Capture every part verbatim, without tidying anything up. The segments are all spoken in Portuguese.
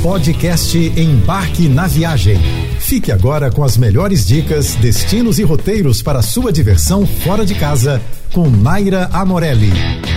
Podcast Embarque na Viagem. Fique agora com as melhores dicas, destinos e roteiros para sua diversão fora de casa com Naira Amorelli.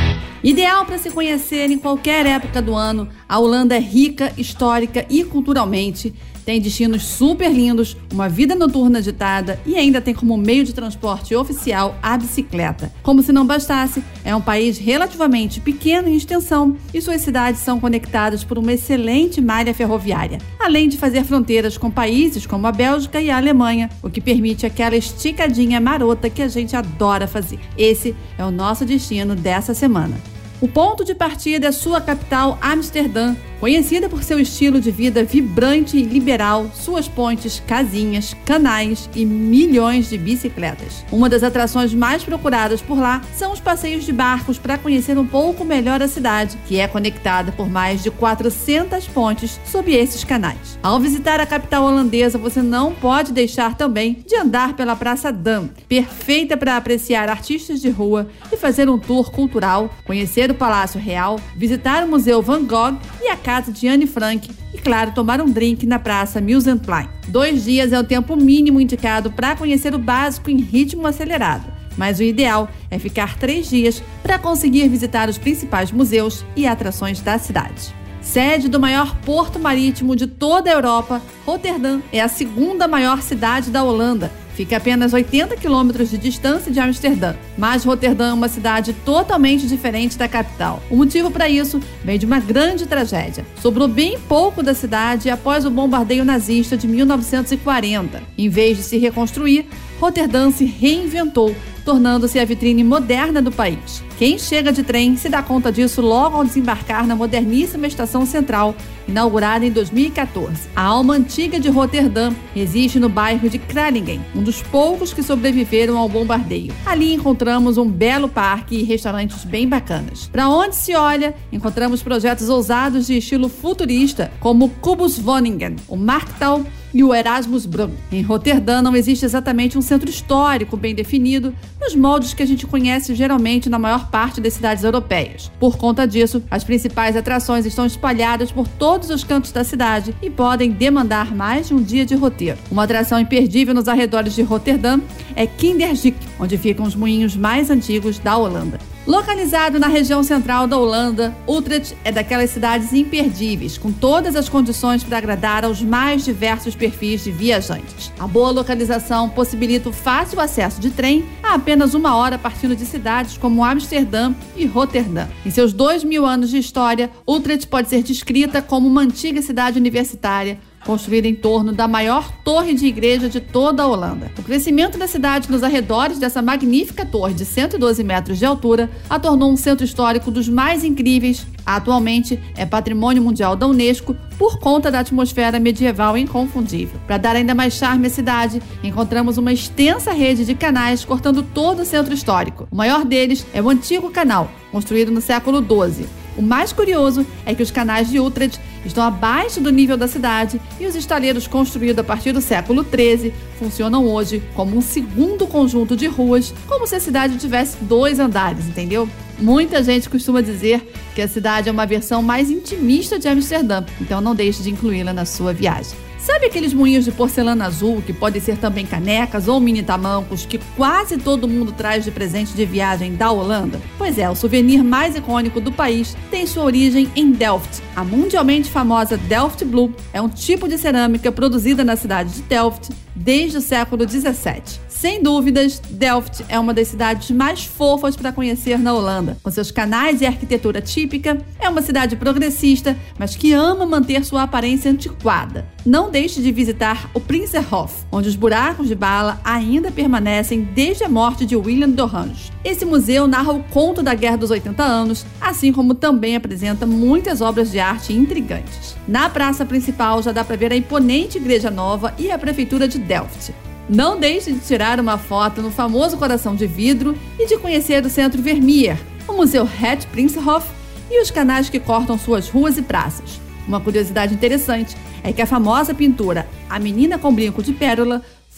Ideal para se conhecer em qualquer época do ano, a Holanda é rica, histórica e culturalmente. Tem destinos super lindos, uma vida noturna agitada e ainda tem como meio de transporte oficial a bicicleta. Como se não bastasse, é um país relativamente pequeno em extensão e suas cidades são conectadas por uma excelente malha ferroviária, além de fazer fronteiras com países como a Bélgica e a Alemanha, o que permite aquela esticadinha marota que a gente adora fazer. Esse é o nosso destino dessa semana. O ponto de partida é sua capital, Amsterdã, conhecida por seu estilo de vida vibrante e liberal, suas pontes, casinhas, canais e milhões de bicicletas. Uma das atrações mais procuradas por lá são os passeios de barcos para conhecer um pouco melhor a cidade, que é conectada por mais de quatrocentas pontes sob esses canais. Ao visitar a capital holandesa, você não pode deixar também de andar pela Praça Dam, perfeita para apreciar artistas de rua e fazer um tour cultural, conhecer o Palácio Real, visitar o Museu Van Gogh e a casa de Anne Frank e, claro, tomar um drink na Praça Museumplein. Dois dias é o tempo mínimo indicado para conhecer o básico em ritmo acelerado, mas o ideal é ficar três dias para conseguir visitar os principais museus e atrações da cidade. Sede do maior porto marítimo de toda a Europa, Roterdã é a segunda maior cidade da Holanda. Fica a apenas oitenta quilômetros de distância de Amsterdã, mas Roterdã é uma cidade totalmente diferente da capital. O motivo para isso vem de uma grande tragédia. Sobrou bem pouco da cidade após o bombardeio nazista de mil novecentos e quarenta. Em vez de se reconstruir, Roterdã se reinventou, tornando-se a vitrine moderna do país. Quem chega de trem se dá conta disso logo ao desembarcar na moderníssima estação central, inaugurada em dois mil e catorze. A alma antiga de Roterdã reside no bairro de Kralingen, um dos poucos que sobreviveram ao bombardeio. Ali encontramos um belo parque e restaurantes bem bacanas. Para onde se olha, encontramos projetos ousados de estilo futurista, como o Kubuswoningen, o Marktal e o Erasmusbrug. Em Roterdã não existe exatamente um centro histórico bem definido, nos moldes que a gente conhece geralmente na maior parte das cidades europeias. Por conta disso, as principais atrações estão espalhadas por todos os cantos da cidade e podem demandar mais de um dia de roteiro. Uma atração imperdível nos arredores de Roterdã é Kinderziek, onde ficam os moinhos mais antigos da Holanda. Localizado na região central da Holanda, Utrecht é daquelas cidades imperdíveis, com todas as condições para agradar aos mais diversos perfis de viajantes. A boa localização possibilita o fácil acesso de trem a apenas uma hora partindo de cidades como Amsterdã e Roterdã. Em seus dois mil anos de história, Utrecht pode ser descrita como uma antiga cidade universitária, construída em torno da maior torre de igreja de toda a Holanda. O crescimento da cidade nos arredores dessa magnífica torre de cento e doze metros de altura a tornou um centro histórico dos mais incríveis. Atualmente é patrimônio mundial da Unesco por conta da atmosfera medieval inconfundível. Para dar ainda mais charme à cidade, encontramos uma extensa rede de canais cortando todo o centro histórico. O maior deles é o Antigo Canal, construído no século doze. O mais curioso é que os canais de Utrecht estão abaixo do nível da cidade e os estaleiros construídos a partir do século treze funcionam hoje como um segundo conjunto de ruas, como se a cidade tivesse dois andares, entendeu? Muita gente costuma dizer que a cidade é uma versão mais intimista de Amsterdã, então não deixe de incluí-la na sua viagem. Sabe aqueles moinhos de porcelana azul, que podem ser também canecas ou mini tamancos, que quase todo mundo traz de presente de viagem da Holanda? Pois é, o souvenir mais icônico do país tem sua origem em Delft. A mundialmente famosa Delft Blue é um tipo de cerâmica produzida na cidade de Delft desde o século dezessete. Sem dúvidas, Delft é uma das cidades mais fofas para conhecer na Holanda. Com seus canais e arquitetura típica, é uma cidade progressista, mas que ama manter sua aparência antiquada. Não deixe de visitar o Prinsenhof, onde os buracos de bala ainda permanecem desde a morte de William d'Orange. Esse museu narra o conto da Guerra dos oitenta anos, assim como também apresenta muitas obras de arte intrigantes. Na praça principal já dá para ver a imponente Igreja Nova e a Prefeitura de Delft. Não deixe de tirar uma foto no famoso Coração de Vidro e de conhecer o Centro Vermeer, o Museu Het Prinsenhof e os canais que cortam suas ruas e praças. Uma curiosidade interessante é que a famosa pintura A Menina com Brinco de Pérola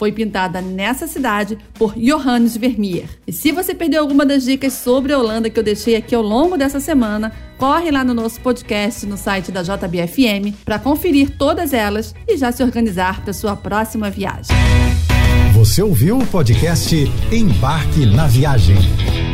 foi pintada nessa cidade por Johannes Vermeer. E se você perdeu alguma das dicas sobre a Holanda que eu deixei aqui ao longo dessa semana, corre lá no nosso podcast no site da J B F M para conferir todas elas e já se organizar para sua próxima viagem. Você ouviu o podcast Embarque na Viagem.